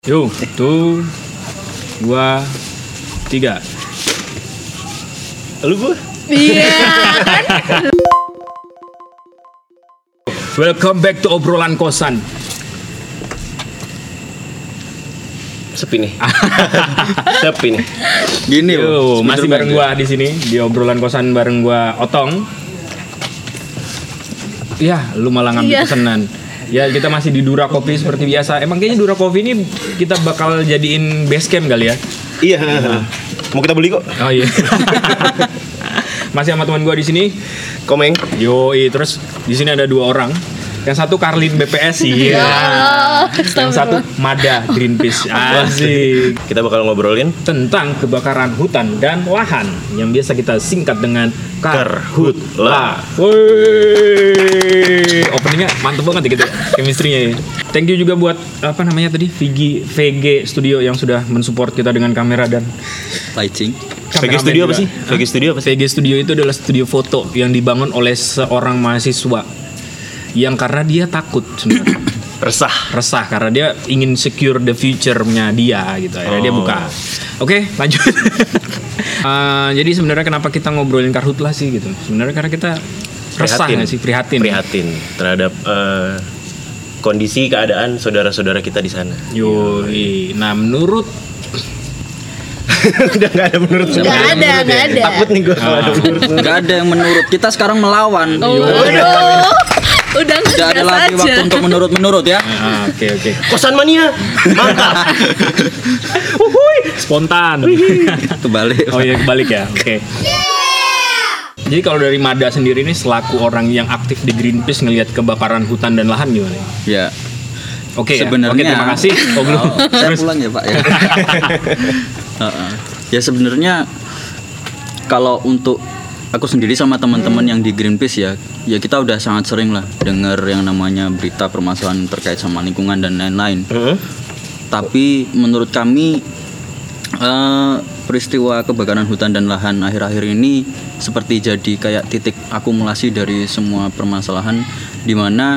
Yuk, 1, 2, 3. Lu gua? Iya kan? Welcome back to obrolan kosan. Sepi nih. Sepi nih. Gini loh, masih bareng gua di sini di obrolan kosan bareng gua Otong. Ya, lu malah ngambil pesanan. Ya, kita masih di Dura Coffee seperti biasa. Emang kayaknya Dura Coffee ini kita bakal jadiin base camp kali ya? Iya. Mau kita beli kok. Oh iya. Masih sama teman gua di sini. Komeng. Yoi, terus di sini ada 2 orang. Yang satu Karlin BPS sih. Ya. Yang satu Mada Greenpeace. Asik. Kita bakal ngobrolin Tentang kebakaran hutan dan lahan yang biasa kita singkat dengan Karhutla. Woi, openingnya mantep banget ya gitu, chemistry-nya ya. Thank you juga buat apa namanya tadi VG Studio yang sudah mensupport kita dengan kamera dan lighting. VG Studio apa sih? VG Studio apa sih? VG Studio itu adalah studio foto yang dibangun oleh seorang mahasiswa yang karena dia takut sebenarnya. resah karena dia ingin secure the future-nya dia gitu. Akhirnya dia buka. Oke, lanjut. Jadi sebenarnya kenapa kita ngobrolin Karhutla sih gitu? Sebenarnya karena kita resah nggak sih, prihatin terhadap kondisi keadaan saudara-saudara kita di sana. Yoi. Nah, menurut Udah nggak ada menurut. Nggak ada. Takut nih gue kalau ada menurut. Nggak ada yang menurut. Kita sekarang melawan. Waduh. Udah Tidak ada lagi waktu untuk menurut ya. Oke. Kosan mania. Mantap. Spontan. Kebalik. Oh iya, kebalik ya. Oke. Jadi kalau dari Mada sendiri ini selaku orang yang aktif di Greenpeace ngelihat kebakaran hutan dan lahan gimana? Ya. Oke, sebenarnya. Oke, terima kasih. Oh, belum. Saya pulang ya Pak ya. Ya sebenarnya kalau untuk aku sendiri sama teman-teman yang di Greenpeace ya kita udah sangat sering lah dengar yang namanya berita permasalahan terkait sama lingkungan dan lain-lain. Tapi menurut kami peristiwa kebakaran hutan dan lahan akhir-akhir ini seperti jadi kayak titik akumulasi dari semua permasalahan di mana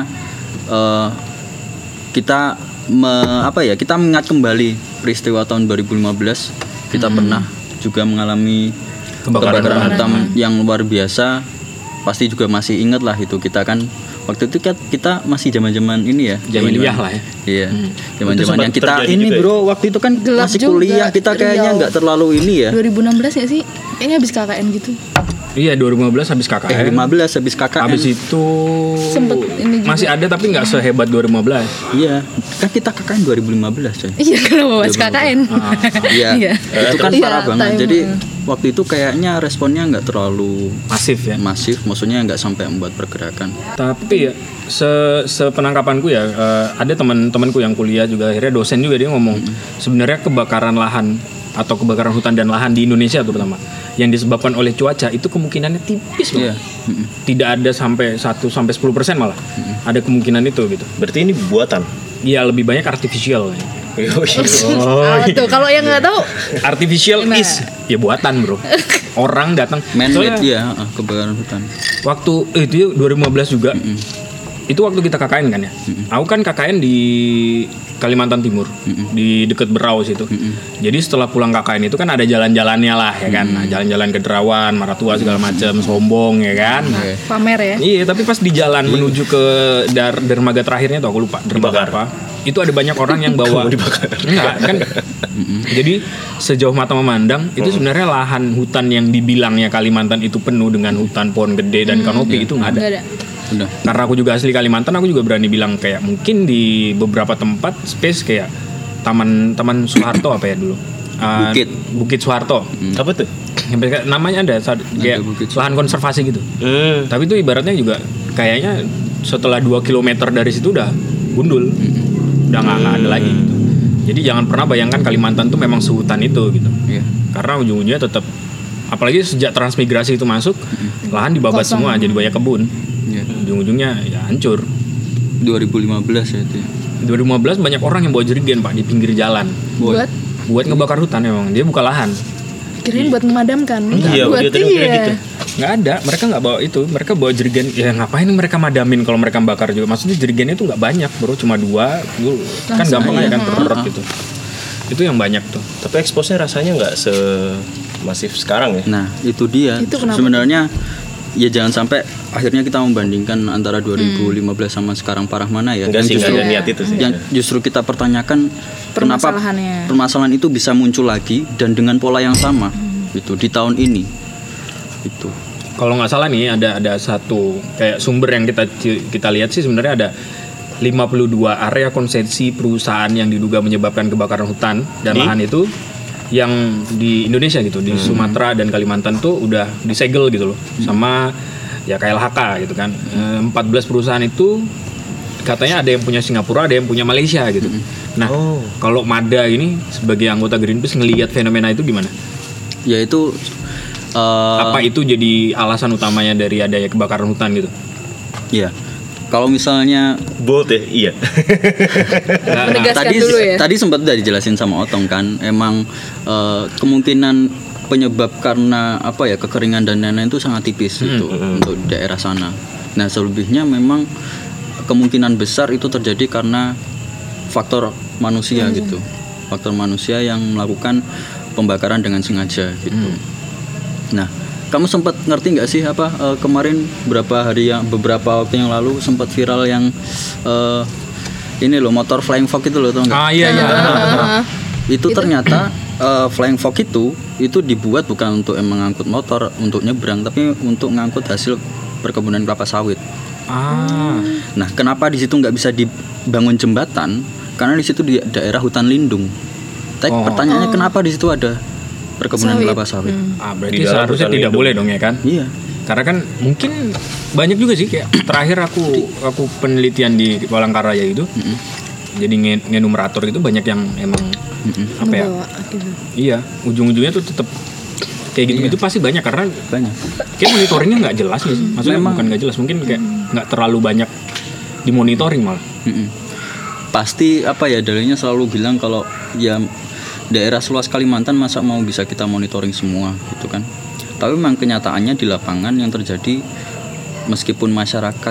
kita mengingat kembali peristiwa tahun 2015. Kita pernah juga mengalami kebakaran hutan yang luar biasa. Pasti juga masih ingat lah itu, kita kan waktu itu kita masih zaman-zaman ini ya, jahiliyah lah ya. Iya. Zaman-zaman yang kita ini juga bro, waktu itu kan gelap masih juga, kuliah, kita kayaknya nggak terlalu ini ya. 2016 ya sih? Kayaknya habis KKN gitu. Iya, 2015 habis KKN. 15 habis KKN. Habis itu Sempet ini juga. masih ada tapi nggak sehebat 2015. Iya, kan kita KKN 2015 coy. Iya, kenapa bahas KKN? Iya. Itu kan Iya, parah banget. time. Jadi waktu itu kayaknya responnya nggak terlalu Masif ya. maksudnya nggak sampai membuat pergerakan. Tapi ya sepenangkapanku ya ada teman-temanku yang kuliah juga akhirnya dosen juga dia ngomong sebenarnya kebakaran lahan atau kebakaran hutan dan lahan di Indonesia terutama yang disebabkan oleh cuaca itu kemungkinannya tipis banget. Tidak ada sampai 1-10% malah. Ada kemungkinan itu gitu. Berarti ini buatan. Iya, lebih banyak artificial. Tuh, kalau yang nggak tahu Artificial is ya buatan, bro. Orang datang Man-made ya, kebakaran hutan. waktu itu 2015 juga. Itu waktu kita KKN kan ya. Aku kan KKN di Kalimantan Timur, di dekat Berau situ. Jadi setelah pulang KKN itu kan ada jalan-jalannya lah ya kan. Nah, jalan-jalan ke Derawan, Maratua segala macam, Sombong ya kan. Nah, pamer ya. iya, tapi pas di jalan menuju ke dermaga terakhirnya tuh aku lupa dermaga apa. Itu ada banyak orang yang bawa enggak kan. Jadi sejauh mata memandang itu sebenarnya lahan hutan yang dibilangnya Kalimantan itu penuh dengan hutan pohon gede dan kanopi itu nggak ada. Nggak ada. Udah. Karena aku juga asli Kalimantan, aku juga berani bilang kayak mungkin di beberapa tempat space kayak Taman Soeharto apa ya dulu? Bukit Soeharto. Apa tuh? Namanya ada kayak lahan konservasi gitu. Tapi itu ibaratnya juga kayaknya setelah 2 km dari situ udah gundul. Udah nggak ada lagi gitu. Jadi jangan pernah bayangkan Kalimantan tuh memang sehutan itu gitu. Karena ujung-ujungnya tetap, apalagi sejak transmigrasi itu masuk, lahan dibabat semua jadi banyak kebun. Ujung-ujungnya ya hancur. 2015 ya itu. 2015 banyak orang yang bawa jerigen Pak di pinggir jalan. Buat ngebakar hutan emang. Dia buka lahan. kirain buat memadamkan. Iya, buat dia tadi kira gitu. Nggak ada, mereka nggak bawa itu, mereka bawa jerigen. Ya ngapain mereka madamin kalau mereka bakar juga? Maksudnya jerigennya itu nggak banyak, bro, cuma 2, kan gampang aja kan tererot gitu. Itu yang banyak tuh. Tapi expose-nya rasanya nggak semasif sekarang ya. Nah, itu dia. Itu kenapa? Sebenarnya ya jangan sampai akhirnya kita membandingkan antara 2015 sama sekarang parah mana ya. Enggak sih, nggak ada niat itu sih. Yang justru kita pertanyakan kenapa Permasalahannya. permasalahan itu bisa muncul lagi dan dengan pola yang sama gitu di tahun ini. Itu. Kalau nggak salah nih ada satu kayak sumber yang kita lihat sih sebenarnya ada 52 area konsesi perusahaan yang diduga menyebabkan kebakaran hutan dan lahan itu yang di Indonesia gitu, di Sumatera dan Kalimantan tuh udah disegel gitu loh sama ya KLHK gitu kan. 14 perusahaan itu katanya ada yang punya Singapura, ada yang punya Malaysia gitu. Nah, kalau Mada ini sebagai anggota Greenpeace ngelihat fenomena itu gimana? Yaitu apa itu jadi alasan utamanya dari adanya kebakaran hutan gitu? ya. Kalau misalnya Bold ya, iya. Menegaskan dulu ya. tadi sempat udah dijelasin sama Otong kan, emang kemungkinan penyebab karena apa ya kekeringan dan lain-lain itu sangat tipis itu untuk daerah sana. Nah selebihnya memang kemungkinan besar itu terjadi karena faktor manusia gitu, faktor manusia yang melakukan pembakaran dengan sengaja gitu. Nah kamu sempat ngerti nggak sih apa kemarin beberapa waktu yang lalu sempat viral yang ini loh motor flying fox itu loh, tau nggak? Iya. Itu ternyata flying fox itu dibuat bukan untuk mengangkut motor untuk nyebrang, tapi untuk ngangkut hasil perkebunan kelapa sawit. Nah kenapa di situ nggak bisa dibangun jembatan? Karena di situ di daerah hutan lindung. Tapi pertanyaannya kenapa di situ ada perkebunan kelapa sawit? Berarti seharusnya tidak boleh dong ya kan? Iya. Karena kan mungkin banyak juga sih kayak terakhir aku penelitian di Palangkaraya itu. Jadi ngenumerator itu banyak yang emang apa ya? Gitu. Iya, ujung-ujungnya tuh tetap kayak gitu-gitu pasti banyak karena kayak monitoringnya nggak jelas sih. Maksudnya bukan nggak jelas, mungkin kayak nggak terlalu banyak dimonitoring malah. Pasti apa ya dalilnya selalu bilang kalau ya daerah seluas Kalimantan masa mau bisa kita monitoring semua gitu kan. Tapi memang kenyataannya di lapangan yang terjadi meskipun masyarakat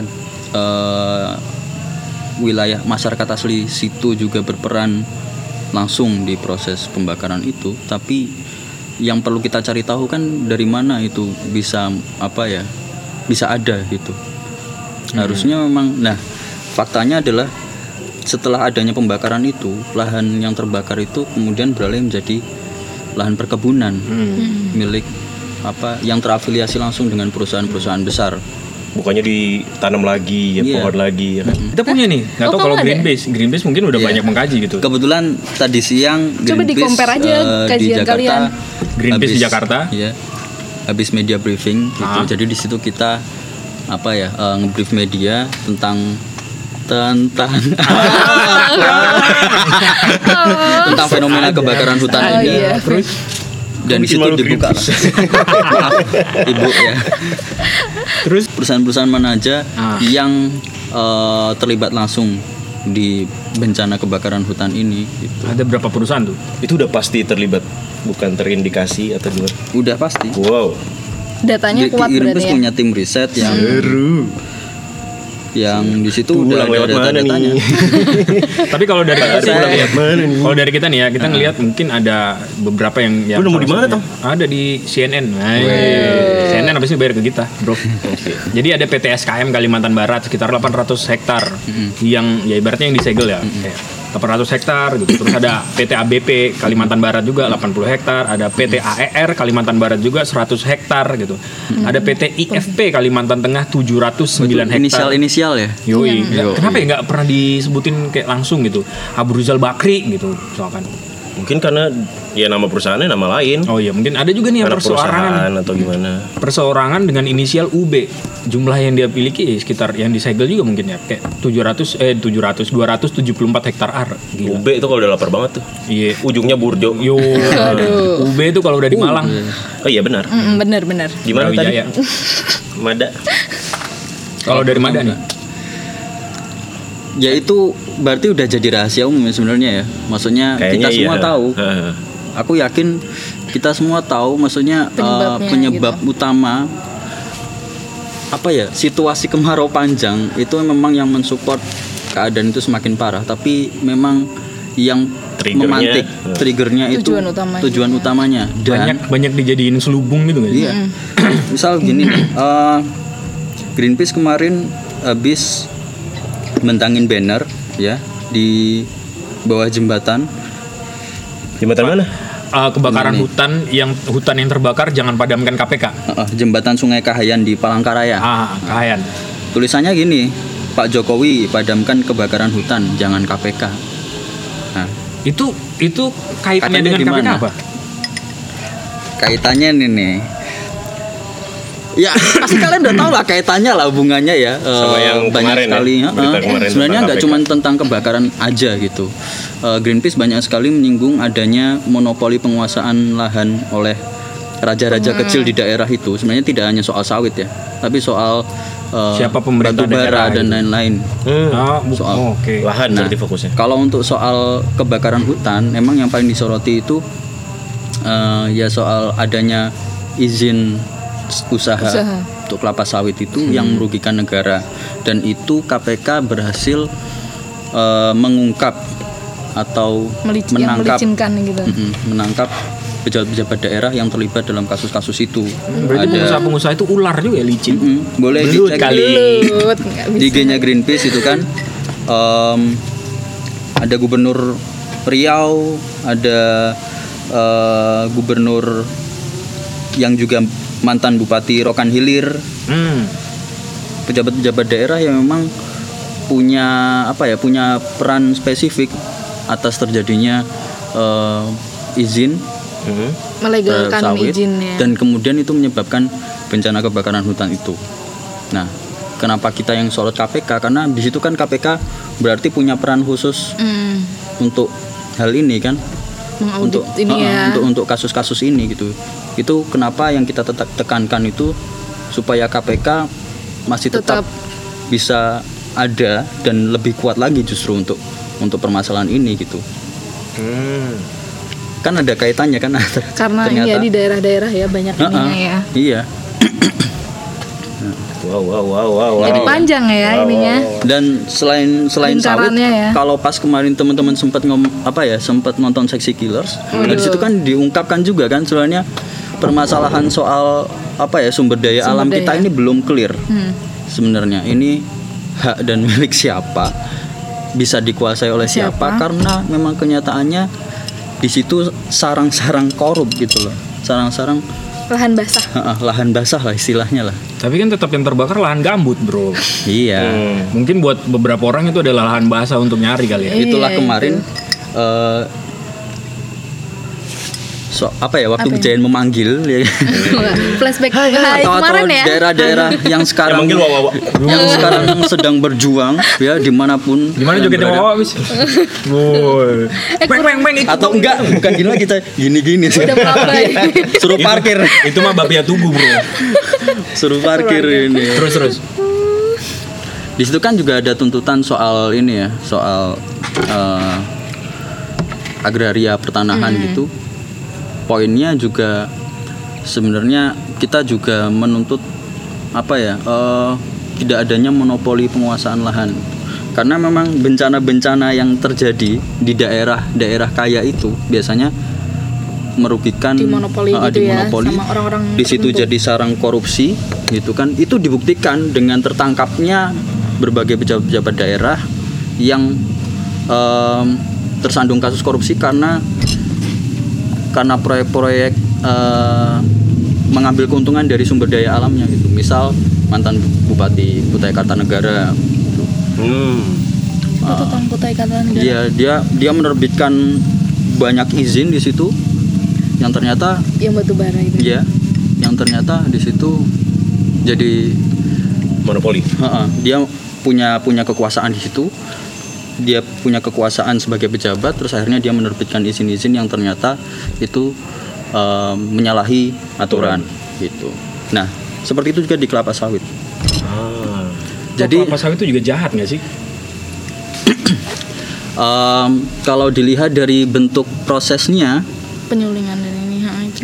wilayah masyarakat asli situ juga berperan langsung di proses pembakaran itu, tapi yang perlu kita cari tahu kan dari mana itu bisa apa ya bisa ada gitu. Harusnya memang faktanya adalah setelah adanya pembakaran itu, lahan yang terbakar itu kemudian beralih menjadi lahan perkebunan milik yang terafiliasi langsung dengan perusahaan-perusahaan besar. Bukannya ditanam lagi, pohon lagi ya kan. Kita punya nih, nggak tahu kalau Greenpeace mungkin udah banyak mengkaji gitu. Kebetulan tadi siang Coba di-compare aja kajian di Jakarta, kalian. Greenpeace di Jakarta. Iya. Habis media briefing gitu. Jadi di situ kita nge-brief media tentang fenomena kebakaran hutan ini. Iya. Terus dan di situ dibuka lah. Ibu ya. Terus perusahaan-perusahaan mana aja yang terlibat langsung di bencana kebakaran hutan ini gitu. Ada berapa perusahaan tuh? Itu udah pasti terlibat, bukan terindikasi atau gimana? Udah pasti. Wow. Datanya kuat berarti ya. Punya tim riset yang di situ udah ada data-datanya. Tapi kalau dari kita sih, kalau dari kita nih ya, kita ngelihat mungkin ada beberapa yang lu nemu di mana, Tom? Ada di CNN. CNN habis ini bayar ke kita, bro. Jadi ada PT SKM Kalimantan Barat sekitar 800 hektar yang ya ibaratnya yang disegel ya. Kayak 800 hektar gitu. Terus ada PT ABP Kalimantan Barat juga 80 hektar, ada PT AER Kalimantan Barat juga 100 hektar gitu. Ada PT IFP Kalimantan Tengah 709 hektar. Inisial ya? Yoi. Kenapa ya nggak pernah disebutin kayak langsung gitu? Abu Rizal Bakri gitu misalkan. Mungkin karena ya nama perusahaannya nama lain. Oh iya, mungkin ada juga nih yang perseorangan atau gimana. Perseorangan dengan inisial UB. Jumlah yang dia miliki sekitar yang disegel juga mungkin ya kayak 274 hektar ar. Gila. UB itu kalau udah lapar banget tuh. Iya. Ujungnya Burjo. Yo. UB itu kalau udah di Malang. Oh iya benar. Benar. Gimana tadi? Mada. Kalau dari Mada nih. Ya itu berarti udah jadi rahasia umum sebenarnya ya. Maksudnya kayaknya kita semua tahu. Aku yakin kita semua tahu maksudnya penyebab utama situasi kemarau panjang itu memang yang mensupport keadaan itu semakin parah, tapi memang yang memantik triggernya itu tujuan utamanya dan banyak dijadiin selubung gitu kan. Iya. Misal gini nih, Greenpeace kemarin habis bentangin banner ya di bawah jembatan mana? Kebakaran hutan yang terbakar jangan padamkan KPK. Jembatan Sungai Kahayan di Palangkaraya. Kahayan. Tulisannya gini, Pak Jokowi padamkan kebakaran hutan jangan KPK. Nah, itu kaitannya dengan KPK apa? Kaitannya nih. Ya pasti kalian udah tahu lah kaitannya lah, hubungannya ya. Sama yang banyak kemarin sekali ya, sebenarnya nggak cuma tentang kebakaran aja gitu. Greenpeace banyak sekali menyinggung adanya monopoli penguasaan lahan oleh raja-raja kecil di daerah itu. Sebenarnya tidak hanya soal sawit ya, tapi soal siapa pemerintah batu bara dan lain-lain. Soal lahan berarti fokusnya. Kalau untuk soal kebakaran hutan, memang yang paling disoroti itu ya soal adanya izin usaha untuk kelapa sawit itu yang merugikan negara, dan itu KPK berhasil mengungkap atau menangkap pejabat-pejabat daerah yang terlibat dalam kasus-kasus itu. Berarti pengusaha-pengusaha itu ular juga ya, licin. Boleh dicek di IG-nya Greenpeace itu kan. Ada Gubernur Riau, ada Gubernur yang juga mantan Bupati Rokan Hilir, pejabat-pejabat daerah yang memang punya peran spesifik atas terjadinya izin melegalkan sawit, izinnya, dan kemudian itu menyebabkan bencana kebakaran hutan itu. Nah, kenapa kita yang sorot KPK? Karena di situ kan KPK berarti punya peran khusus untuk hal ini kan. Mengaudit untuk kasus-kasus ini gitu. Itu kenapa yang kita tekankan itu supaya KPK masih tetap bisa ada dan lebih kuat lagi justru untuk permasalahan ini gitu. Kan ada kaitannya kan karena ternyata di daerah-daerah ya banyak ininya ya. Iya. Wow. Jadi panjang ya ininya. Dan selain sawit, kalau pas kemarin teman-teman sempat nonton Sexy Killers, di situ kan diungkapkan juga kan sebenarnya permasalahan soal sumber daya alam kita ini belum clear. Sebenarnya ini hak dan milik siapa, bisa dikuasai oleh siapa? Karena memang kenyataannya di situ sarang-sarang korup gitu loh. Sarang-sarang lahan basah lah istilahnya lah. Tapi kan tetap yang terbakar lahan gambut, bro. Iya. Mungkin buat beberapa orang itu adalah lahan basah untuk nyari kali ya. Itulah kemarin waktu Jayan memanggil ya. Flashback atau kemarin ya. Daerah-daerah yang sekarang sedang berjuang ya dimanapun. Gimana jogetnya Wawa bis? Woi. Atau enggak, bukan gini lah kita gini sih. Suruh parkir. Itu mah Bapia Tugu, bro. Suruh parkir ini. Terus. Di situ kan juga ada tuntutan soal ini ya, soal agraria pertanahan gitu. Poinnya juga sebenarnya kita juga menuntut tidak adanya monopoli penguasaan lahan, karena memang bencana-bencana yang terjadi di daerah-daerah kaya itu biasanya merugikan dimonopoli ya, sama orang-orang di situ tertentu. Jadi sarang korupsi gitu kan. Itu dibuktikan dengan tertangkapnya berbagai pejabat-pejabat daerah yang tersandung kasus korupsi karena proyek-proyek mengambil keuntungan dari sumber daya alamnya gitu. Misal mantan Bupati Kutai Kartanegara gitu. Tentang Kutai Kartanegara. Dia menerbitkan banyak izin di situ yang ternyata yang batu bara itu. Iya, yang ternyata di situ jadi monopoli. Dia punya kekuasaan di situ. Dia punya kekuasaan sebagai pejabat, terus akhirnya dia menerbitkan izin-izin yang ternyata itu menyalahi aturan gitu. Nah, seperti itu juga di kelapa sawit. Jadi kelapa sawit itu juga jahat nggak sih? Kalau dilihat dari bentuk prosesnya, penyulingan dan ini itu.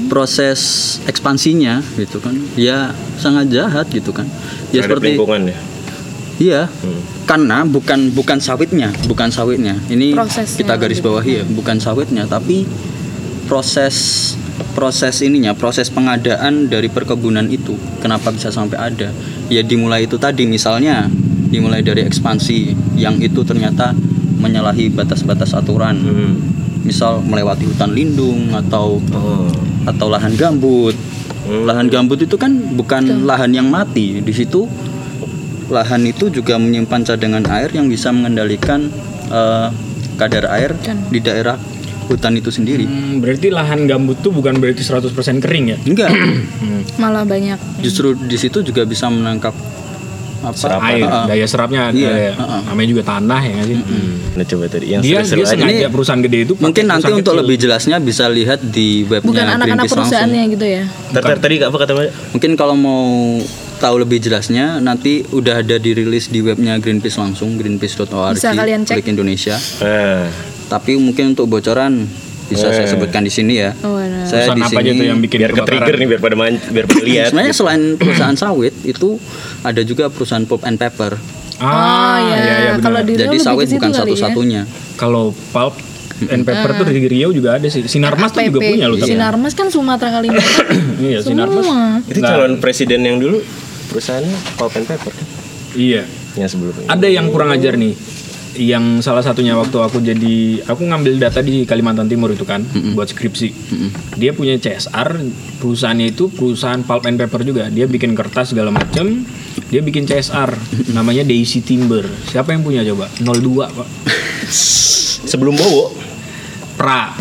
proses ekspansinya gitu kan ya sangat jahat gitu kan ya Terhadap seperti lingkungan ya. iya karena bukan sawitnya ini Prosesnya kita garis bawahi ya bukan sawitnya tapi proses ininya proses pengadaan dari perkebunan itu kenapa bisa sampai ada ya dimulai itu tadi misalnya dimulai dari ekspansi yang itu ternyata menyalahi batas-batas aturan misal melewati hutan lindung atau lahan gambut. Lahan gambut itu kan bukan lahan yang mati. Di situ lahan itu juga menyimpan cadangan air yang bisa mengendalikan kadar air di daerah hutan itu sendiri. Berarti lahan gambut tuh bukan berarti 100% kering ya? Enggak. Malah banyak. Justru di situ juga bisa menangkap air, daya serapnya namanya juga tanah ya nggak sih? Nah coba tadi yang Dia seru-seru aja. sengaja perusahaan gede itu mungkin pakai nanti perusahaan untuk kecil. lebih jelasnya bisa lihat di webnya Bukan anak-anak Greenpeace langsung. perusahaannya gitu ya. Tadi apa kata Mbak? Mungkin kalau mau tahu lebih jelasnya nanti udah ada dirilis di webnya Greenpeace langsung greenpeace.org Bisa kalian cek. Klik Indonesia. Nah, Tapi mungkin untuk bocoran bisa saya sebutkan di sini ya. Oh, benar. Saya Perusahaan di apa aja sini tuh yang bikin biar ke trigger nih biar pada lihat. sebenarnya selain perusahaan sawit itu ada juga perusahaan pulp and paper. Iya benar. Kalau di Jadi Riau sawit lebih ke bukan situ kali ya. satu-satunya. Kalau pulp and paper tuh di Riau juga ada sih. Sinarmas tuh juga APP. punya loh. tapi. Sinarmas kan Sumatera Kalimantan. Iya, Sinarmas. Semua. Itu calon presiden yang dulu perusahaannya Pulp and Paper kan? Iya. Yang sebelumnya. Ada yang kurang ajar nih. Yang salah satunya waktu aku ngambil data di Kalimantan Timur itu kan buat skripsi. Dia punya CSR, perusahaannya itu perusahaan pulp and paper juga. Dia bikin kertas segala macam. Dia bikin CSR namanya Daisy Timber. Siapa yang punya coba? 02, Pak. Sebelum Bowo. Pra.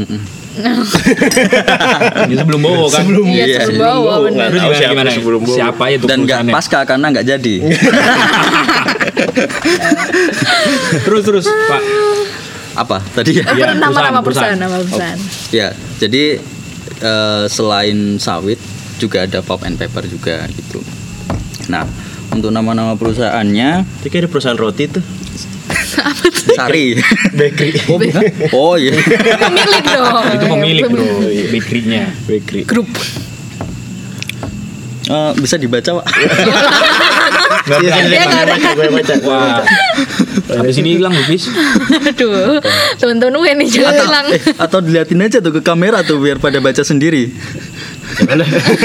Nah, Dia sebelum Bowo kan. Iya, sebelum Bowo, bener. Terus Tahu gimana, siapa gimana? sebelum Bowo. Siapa itu Dan nggak perusahaannya? pasca karena nggak jadi. Terus Pak. Apa tadi ya? Iya, nama perusahaan. perusahaan. Ya, jadi selain sawit juga ada pulp and paper juga gitu. Nah, untuk nama-nama perusahaannya Itu kayak ada perusahaan roti tuh. Sari. Bakery. Oh iya. Pemilik dong. Itu pemilik bro, bakery-nya. Bakery. Grup. Bisa dibaca, Pak. Nggak Iya, berani. iya, gue baca. Wah. Sampai sini hilang Bis. Aduh, teman-teman gue nih jangan hilang. Atau diliatin aja tuh ke kamera tuh biar pada baca sendiri. Mana?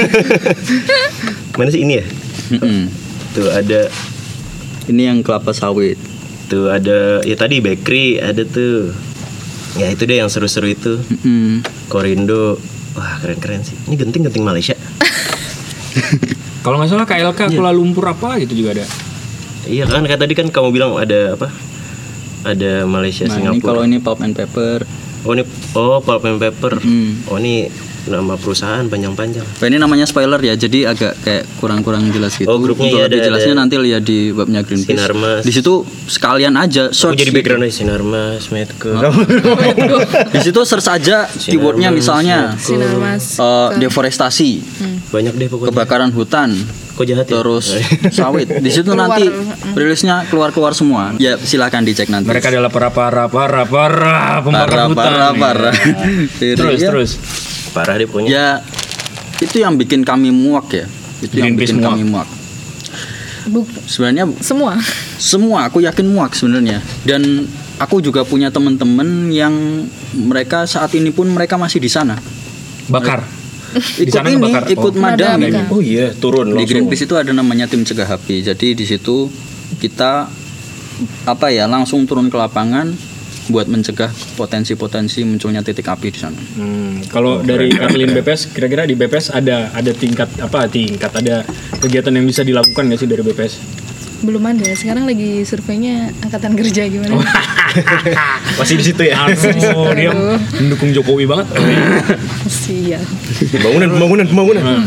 Mana sih ini ya? Mm-mm. Tuh ada Ini yang kelapa sawit. tuh ada ya tadi bakery ada tuh. Ya itu deh yang seru-seru itu. Mm-mm. Korindo. Wah, keren-keren sih. Ini genting-genting Malaysia. Kalau nggak salah KLK Kuala Lumpur apa gitu juga ada. Iya kan kayak tadi kan kamu bilang ada apa? Ada Malaysia, Nah, ini Singapura. kalau ini pulp and paper. Oh ini Pulp and Paper. Mm. Oh ini nama perusahaan panjang-panjang. Nah, ini namanya spoiler ya, jadi agak kayak kurang-kurang jelas gitu. Oh, grupnya Untuk ya lebih ada- jelasnya nanti lihat di webnya Greenpeace. Sinarmas. Di situ sekalian aja Aku search. jadi gitu. background aja Sinarmas, Medco. Di situ search aja keywordnya misalnya Sinarmas. deforestasi, Banyak deh pokoknya. kebakaran hutan, Kok jahat ya? terus sawit. Di situ nanti rilisnya keluar semua. Ya silakan dicek nanti. Mereka adalah para pembakar hutan. Parah. Terus. Parah deh pokoknya. Ya itu yang bikin kami muak ya. Itu yang Greenpeace bikin muak. kami muak. Sebenarnya Semua. aku yakin muak sebenarnya. Dan aku juga punya teman-teman yang mereka saat ini pun mereka masih di sana. Bakar. Ikut sana ini, ngebakar. ikut madam Madam. ini. Oh iya, turun Di langsung. Greenpeace itu ada namanya tim cegah api. Jadi di situ kita langsung turun ke lapangan buat mencegah potensi-potensi munculnya titik api di sana. Kalau dari Karlin BPS, kira-kira di BPS ada tingkat ada kegiatan yang bisa dilakukan nggak sih dari BPS? Belum ada. Sekarang lagi surveinya angkatan kerja gimana? Masih di situ ya. Aduh, dia mendukung Jokowi banget. Sial. Pembangunan.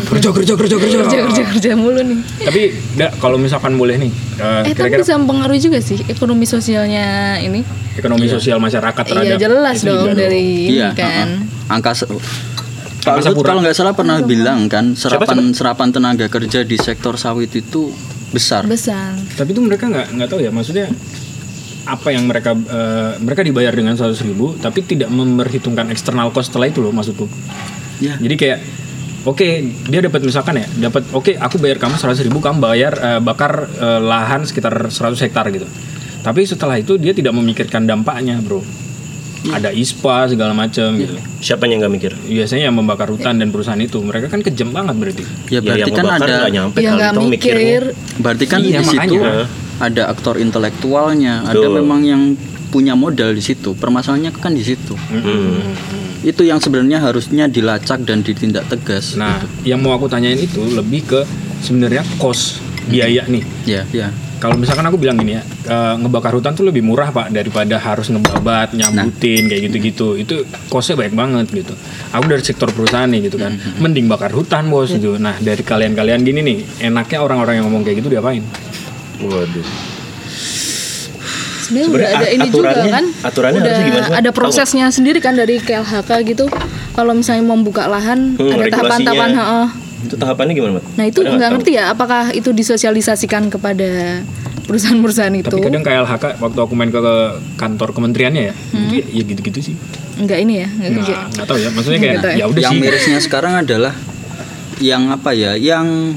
Kerja mulu nih. Tapi kalau misalkan boleh nih, Tapi kira-kira bisa mempengaruhi juga sih ekonomi sosialnya ini. ekonomi sosial masyarakat terhadap Iya jelas itu dong juga dari ini Iya, kan. angka Pak Angkasa Luhut Pura. kalau nggak salah pernah bilang kan serapan tenaga kerja di sektor sawit itu besar. Besar. Tapi itu mereka nggak tahu ya, maksudnya apa yang mereka dibayar dengan 100.000 tapi tidak memperhitungkan external cost setelah itu loh maksudku. Ya. Jadi kayak oke, dia dapat misalkan ya, aku bayar kamu 100.000, kamu bayar bakar lahan sekitar 100 hektar gitu. Tapi setelah itu dia tidak memikirkan dampaknya, bro. Ada ISPA segala macam gitu. Siapa yang nggak mikir? Biasanya yang membakar hutan dan perusahaan itu, mereka kan kejam banget berarti. Ya berarti yang kan ngebakar ada nggak nyampe Ya kali nggak itu mikirnya. mikir. berarti kan Iya, di situ makanya. ada aktor intelektualnya, ada Betul. memang yang punya modal di situ. Permasalahannya kan di situ. Itu yang sebenarnya harusnya dilacak dan ditindak tegas. Nah, yang mau aku tanyain itu lebih ke sebenarnya cost biaya nih. Ya. Kalau misalkan aku bilang gini ya, ngebakar hutan tuh lebih murah Pak daripada harus ngebabat, nyambutin kayak gitu-gitu. Itu costnya banyak banget gitu. Aku dari sektor perusahaan nih gitu kan, mending bakar hutan bos gitu. Nah dari kalian-kalian gini nih, enaknya orang-orang yang ngomong kayak gitu diapain? Waduh. Sebenarnya udah ada ini juga kan. Aturannya udah harusnya gimana sih? ada prosesnya sendiri kan dari KLHK gitu. Kalau misalnya membuka lahan ada regulasinya. tahapan-tahapan. Itu tahapannya gimana, Mat? Nah itu Ada nggak tahu? ngerti ya apakah itu disosialisasikan kepada perusahaan-perusahaan itu. Tapi kadang KLHK waktu aku main ke kantor kementeriannya ya, ya gitu-gitu sih. Enggak ini ya, enggak kerja. Nah, nggak tahu ya, maksudnya kayak Nggak tahu ya. ya udah Yang sih. mirisnya sekarang adalah yang apa ya? Yang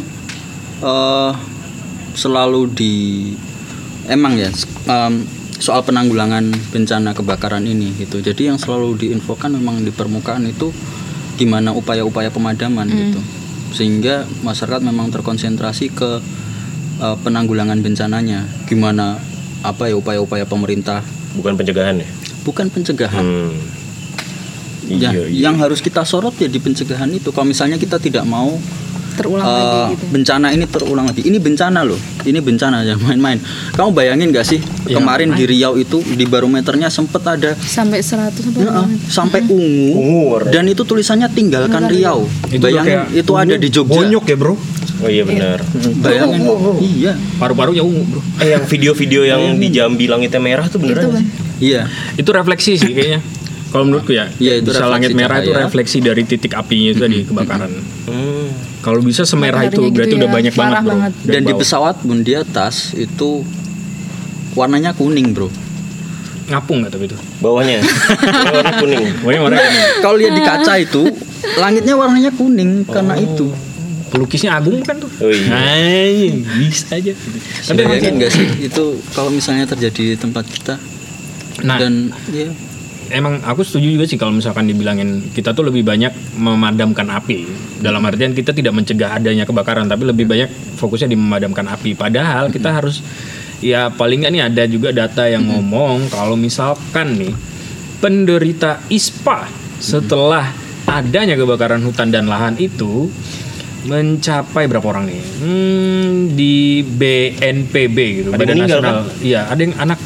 selalu soal penanggulangan bencana kebakaran ini gitu. Jadi yang selalu diinfokan memang di permukaan itu gimana upaya-upaya pemadaman gitu. Sehingga masyarakat memang terkonsentrasi ke penanggulangan bencananya. Gimana upaya-upaya pemerintah, Bukan pencegahan ya? bukan pencegahan. Iya, iya. Yang harus kita sorot ya di pencegahan itu. Kalau misalnya kita tidak mau Terulang lagi gitu. bencana ini terulang lagi. Ini bencana loh. Ini bencana ya main-main. Kamu bayangin gak sih Ya, kemarin di Riau itu di barometernya sempet ada Sampai 100 sampai sampai ungu dan itu tulisannya tinggalkan Riau. Itu Bayangin kayak itu ada di Jogja. Bonyok ya bro. Oh iya benar. Bayangin. Iya. Paru-parunya ungu bro. Yang video-video yang di Jambi langitnya merah tuh beneran sih? Iya. Itu refleksi sih kayaknya. Kalau menurutku ya, Iya, itu bisa refleksi langit merah itu cahaya. refleksi dari titik apinya itu tadi kebakaran. Kalau bisa semerah itu Mataharinya berarti gitu udah ya, banyak banget parah bro. banget. Dari Dan di bawah. pesawat pun di atas itu warnanya kuning, Bro. ngapung nggak tapi itu? Bawahnya warna kuning. Pokoknya warna ini. Kalau lihat di kaca itu langitnya warnanya kuning karena itu. Pelukisnya Agung kan tuh. Oh iya. Hai, bisa aja. Tapi emang Bayangin nggak sih itu kalau misalnya terjadi di tempat kita Nah, dan ya emang aku setuju juga sih kalau misalkan dibilangin kita tuh lebih banyak memadamkan api. Dalam artian kita tidak mencegah adanya kebakaran, tapi lebih banyak fokusnya di memadamkan api. Padahal kita harus ya paling nggak nih ada juga data yang ngomong kalau misalkan nih penderita ISPA setelah adanya kebakaran hutan dan lahan itu mencapai berapa orang nih? Di BNPB gitu, Ada yang meninggal, Iya, ada yang anak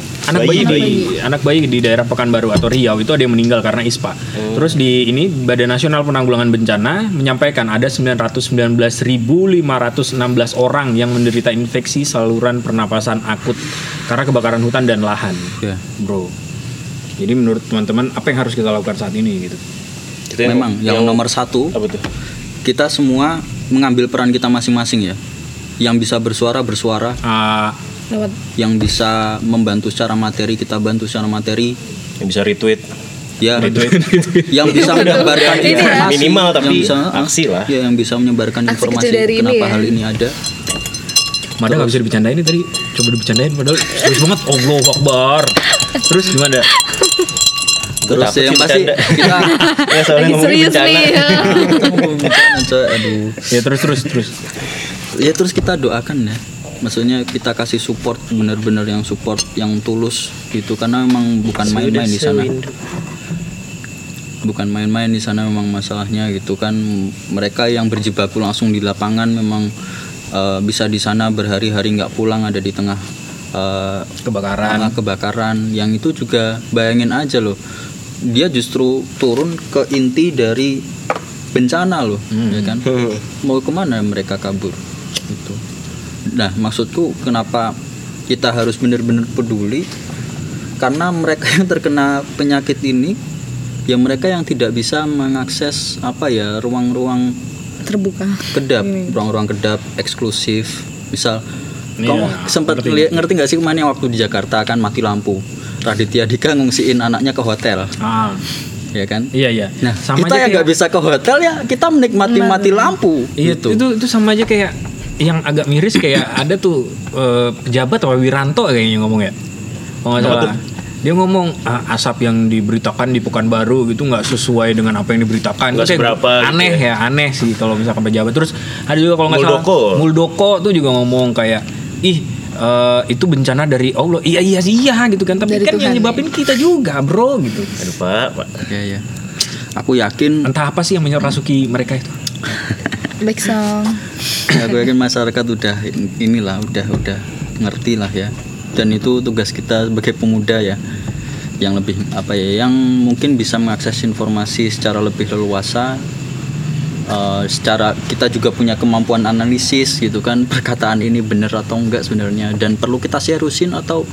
bayi di daerah Pekanbaru atau Riau itu ada yang meninggal karena ISPA. Terus di ini Badan Nasional Penanggulangan Bencana menyampaikan ada 919.516 orang yang menderita infeksi saluran pernapasan akut karena kebakaran hutan dan lahan. ya. Bro. Jadi menurut teman-teman apa yang harus kita lakukan saat ini gitu? Itu Memang yang nomor satu apa tuh? kita semua mengambil peran kita masing-masing ya. Yang bisa bersuara, lewat yang bisa membantu secara materi kita bantu secara materi, Yang bisa retweet. ya. Yang bisa menyebarkan Ini ya. informasi, Minimal tapi yang bisa, aksi lah. Ya, yang bisa menyebarkan Aksi informasi kecil dari ini kenapa ya. hal ini ada. Mana nggak bisa dibicarain ini tadi? Coba dibicarain padahal serius banget. Allahu Akbar. Terus gimana? Terus takut yang sih pasti bercanda. kita Ya, soalnya lagi ngomongin serius bencana. nih. aduh. Ya terus. Ya terus kita doakan ya. Maksudnya kita kasih support benar-benar yang support yang tulus gitu karena memang bukan main-main di sana. Bukan main-main di sana memang masalahnya gitu kan. Mereka yang berjibaku langsung di lapangan memang bisa di sana berhari-hari nggak pulang ada di tengah kebakaran yang itu juga bayangin aja loh. Dia justru turun ke inti dari bencana loh, ya kan? Mau kemana mereka kabur? Gitu. Nah, maksudku kenapa kita harus benar-benar peduli? Karena mereka yang terkena penyakit ini, ya mereka yang tidak bisa mengakses ruang-ruang terbuka. kedap, ruang-ruang kedap eksklusif. Misal, Iya, kamu sempat ngerti nggak sih kemarin waktu di Jakarta kan mati lampu? Raditya Dika ngungsiin anaknya ke hotel. ya kan? Iya. Nah, sama kita aja yang nggak bisa ke hotel ya kita menikmati mati lampu. Iya, gitu. itu sama aja kayak yang agak miris kayak ada tuh pejabat apa Wiranto kayaknya ngomong ya. Kalau nggak salah. Dia ngomong asap yang diberitakan di Pekanbaru gitu nggak sesuai dengan apa yang diberitakan. Nggak seberapa aneh gitu ya aneh sih kalau misalkan pejabat. Terus ada juga kalau nggak salah Muldoko tuh juga ngomong kayak itu bencana dari Allah. Iya gitu kan. Tapi dari kan Tuhan, yang nyebabin kita juga bro gitu. Aduh Pak. Iya. Aku yakin entah apa sih yang merasuki mereka itu. Back song. Ya, aku yakin masyarakat udah ngerti lah ya. Dan itu tugas kita sebagai pemuda ya, yang lebih yang mungkin bisa mengakses informasi secara lebih leluasa, secara kita juga punya kemampuan analisis gitu kan, perkataan ini benar atau enggak sebenarnya, dan perlu kita seriusin atau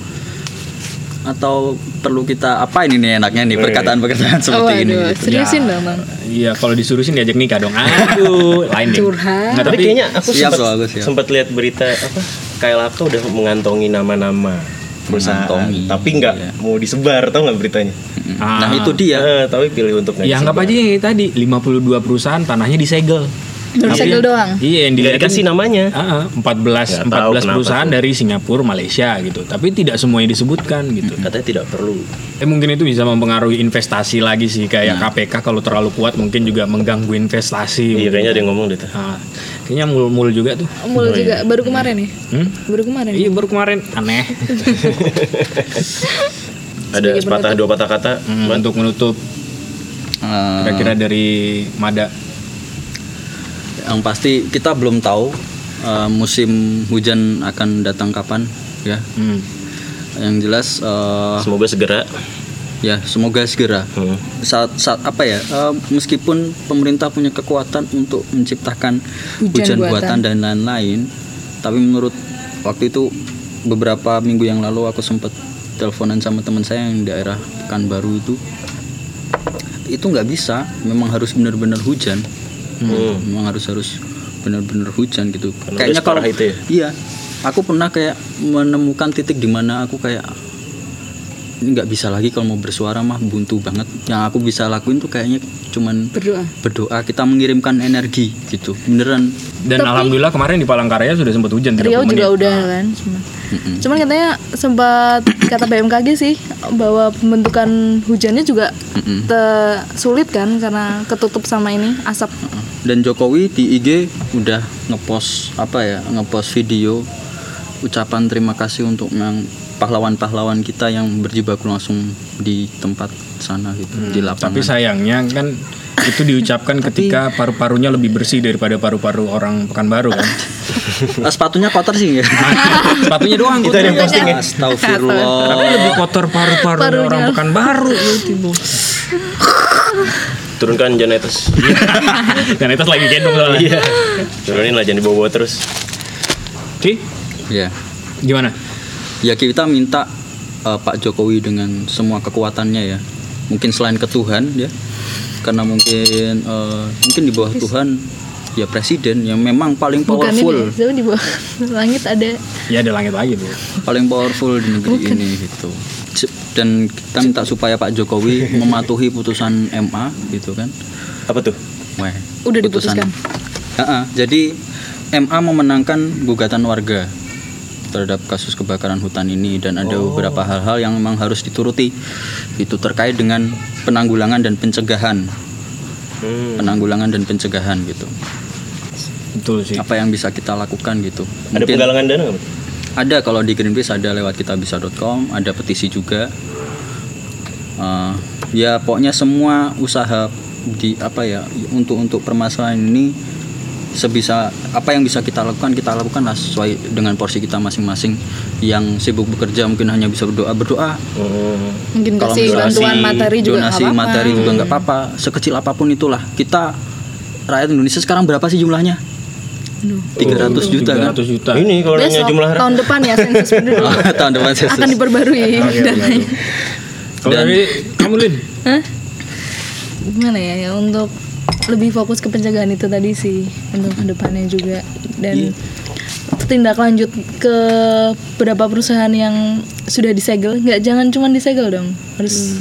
perlu kita apain ini enaknya nih perkataan-perkataan seperti ini gitu. Seriusin dong Bang. Iya, kalau disurusin diajak nikah dong. Aduh, lain deh. Curhat. Tapi kayaknya aku siap. sempat lihat berita KLHK udah mengantongi nama-nama perusahaan, tapi nggak mau disebar, tau nggak beritanya? Nah itu dia. Tapi pilih untuk nggak ya anggap aja yang tadi 52 perusahaan tanahnya disegel. Disegel doang. Iya, yang dikasih namanya. 14 perusahaan dari Singapura, Malaysia gitu. Tapi tidak semuanya disebutkan gitu. Katanya tidak perlu. Mungkin itu bisa mempengaruhi investasi lagi sih, kayak KPK kalau terlalu kuat mungkin juga mengganggu investasi. Iya, kayaknya ada yang ngomong deh. Kayaknya mul juga tuh. Mul juga baru kemarin ya? Baru kemarin. Iya, baru kemarin. Aneh. Ada dua patah kata untuk menutup kira-kira dari Mada. Yang pasti kita belum tahu musim hujan akan datang kapan ya. Yang jelas semoga segera. Ya, semoga segera. Saat meskipun pemerintah punya kekuatan untuk menciptakan hujan buatan dan lain-lain, tapi menurut waktu itu beberapa minggu yang lalu aku sempat teleponan sama teman saya yang di daerah Pekanbaru itu nggak bisa, memang harus benar-benar hujan. Memang harus benar-benar hujan gitu. Kayaknya kalau itu ya? Iya, aku pernah kayak menemukan titik di mana aku kayak ini nggak bisa lagi kalau mau bersuara mah buntu banget. Yang aku bisa lakuin tuh kayaknya cuman berdoa. Kita mengirimkan energi gitu, beneran. Dan alhamdulillah kemarin di Palangkaraya sudah sempat hujan. Riau juga udah kan. Cuman katanya sempat kata BMKG sih bahwa pembentukan hujannya juga sulit kan karena ketutup sama ini asap. Dan Jokowi di IG udah ngepost video ucapan terima kasih untuk yang pahlawan-pahlawan kita yang berjibaku langsung di tempat sana gitu di lapangan. Tapi sayangnya kan itu diucapkan ketika paru-parunya lebih bersih daripada paru-paru orang Pekanbaru kan. Sepatunya kotor sih ya. Sepatunya doang itu ada yang posting ya. Astagfirullah. Tapi lebih kotor paru-paru orang Pekanbaru gitu. Turunkan Janetes. Janetes lagi gendong soalnya. Iya. Turunin lah, jangan dibawa-bawa terus. Ki? Iya. Gimana? Ya kita minta Pak Jokowi dengan semua kekuatannya ya. Mungkin selain ke Tuhan ya. Karena mungkin di bawah Tuhan ya presiden yang memang paling powerful. Bukan ini, di bawah langit ada. Ya ada langit lagi tuh. Paling powerful di negeri ini gitu. Dan kita minta supaya Pak Jokowi mematuhi putusan MA gitu kan. Apa tuh? Udah diputuskan. Jadi MA memenangkan gugatan warga terhadap kasus kebakaran hutan ini dan ada beberapa hal-hal yang memang harus dituruti. Itu terkait dengan penanggulangan dan pencegahan. Penanggulangan dan pencegahan gitu. Betul sih. Apa yang bisa kita lakukan gitu. Ada penggalangan dana nggak? Ada, kalau di Greenpeace ada lewat kitabisa.com, ada petisi juga. Ya pokoknya semua usaha untuk permasalahan ini sebisa apa yang bisa kita lakukan lah sesuai dengan porsi kita masing-masing. Yang sibuk bekerja mungkin hanya bisa berdoa. Mungkin kasih bantuan materi juga donasi materi juga nggak apa-apa, sekecil apapun itulah. Kita rakyat Indonesia sekarang berapa sih jumlahnya? 300 juta kan? 300 juta. Ini kalau nanya jumlah tahun depan ya sensus penduduk. Tahun depan sensus akan diperbarui dananya. Kalau dari kamu Lin? Gimana ya untuk lebih fokus ke pencegahan itu tadi sih untuk kedepannya juga, dan tindak lanjut ke beberapa perusahaan yang sudah disegel. Jangan cuma disegel dong, harus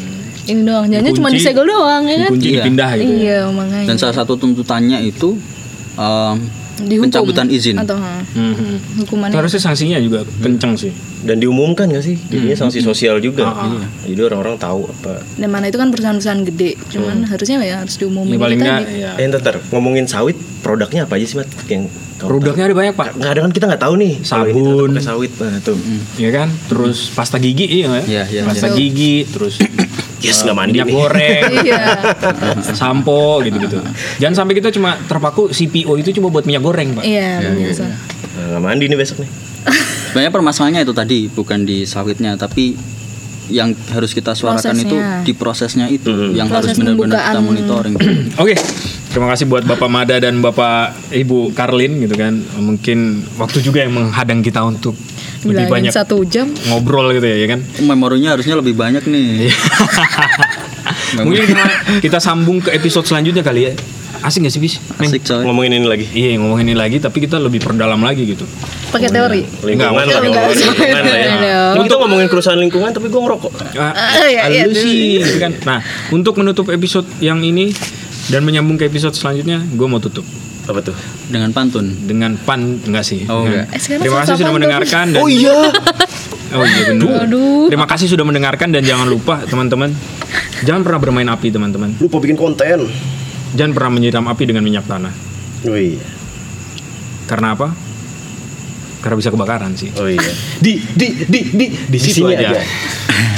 ini doang. Jangan cuma Dikunci, disegel doang ya kan? Dikunci dipindah gitu. Iya, makanya. Dan salah satu tuntutannya itu Dihukum pencabutan izin. atau hukumannya. Itu harusnya sanksinya juga kenceng sih. Dan diumumkan nggak sih? Jadinya sanksi sosial juga. Jadi orang-orang tahu apa. Dan mana itu kan perusahaan-perusahaan gede, cuman harusnya ya harus diumumin. Ya, paling Kita nggak di- ya. Ntar ngomongin sawit, produknya apa aja sih, Mat? Yang Produknya ada banyak, Pak. kadang kan kita nggak tahu nih. kalau ini Sabun. ternyata pakai sawit, nah tuh. Iya kan? Terus pasta gigi iya nggak? Iya, iya. Pasta gigi, terus Yes, nggak mandi minyak nih. goreng, Iya. sampo gitu-gitu. Jangan sampai kita cuma terpaku CPO itu cuma buat minyak goreng, Pak. Iya, biasa. Nah, nggak mandi nih besok nih. Sebenarnya permasalahannya itu tadi bukan di sawitnya, tapi yang harus kita suarakan Prosesnya. itu di prosesnya itu yang Proses harus benar-benar kita pembukaan. monitoring. Oke, terima kasih buat Bapak Mada dan Bapak Ibu Karlin gitu kan. Mungkin waktu juga yang menghadang kita untuk lebih Bilangin banyak 1 jam. ngobrol gitu ya kan. Memorinya harusnya lebih banyak nih. Mungkin kita sambung ke episode selanjutnya kali ya. Asik gak sih, Bis? Neng? Asik coy. Ngomongin ini lagi. Iya, ngomongin ini lagi tapi kita lebih perdalam lagi gitu. Pakai teori. Lingkungan Enggak, lah, enggak. lingkungan lah ya. Enggak. Ini kita ngomongin kerusakan lingkungan tapi gue ngerokok. Iya, Lu sih gitu kan. Nah, untuk menutup episode yang ini dan menyambung ke episode selanjutnya, gue mau tutup Apa tuh? Dengan pantun. dengan enggak sih? Oh, enggak. Sekarang Terima kasih selesai sudah apaan mendengarkan dan iya. Oh iya benar. Aduh. Terima kasih sudah mendengarkan dan jangan lupa teman-teman, jangan pernah bermain api teman-teman. Lupa bikin konten. Jangan pernah menyiram api dengan minyak tanah. Oh iya. Karena apa? Karena bisa kebakaran sih. Oh iya. Di situ sini aja. aja.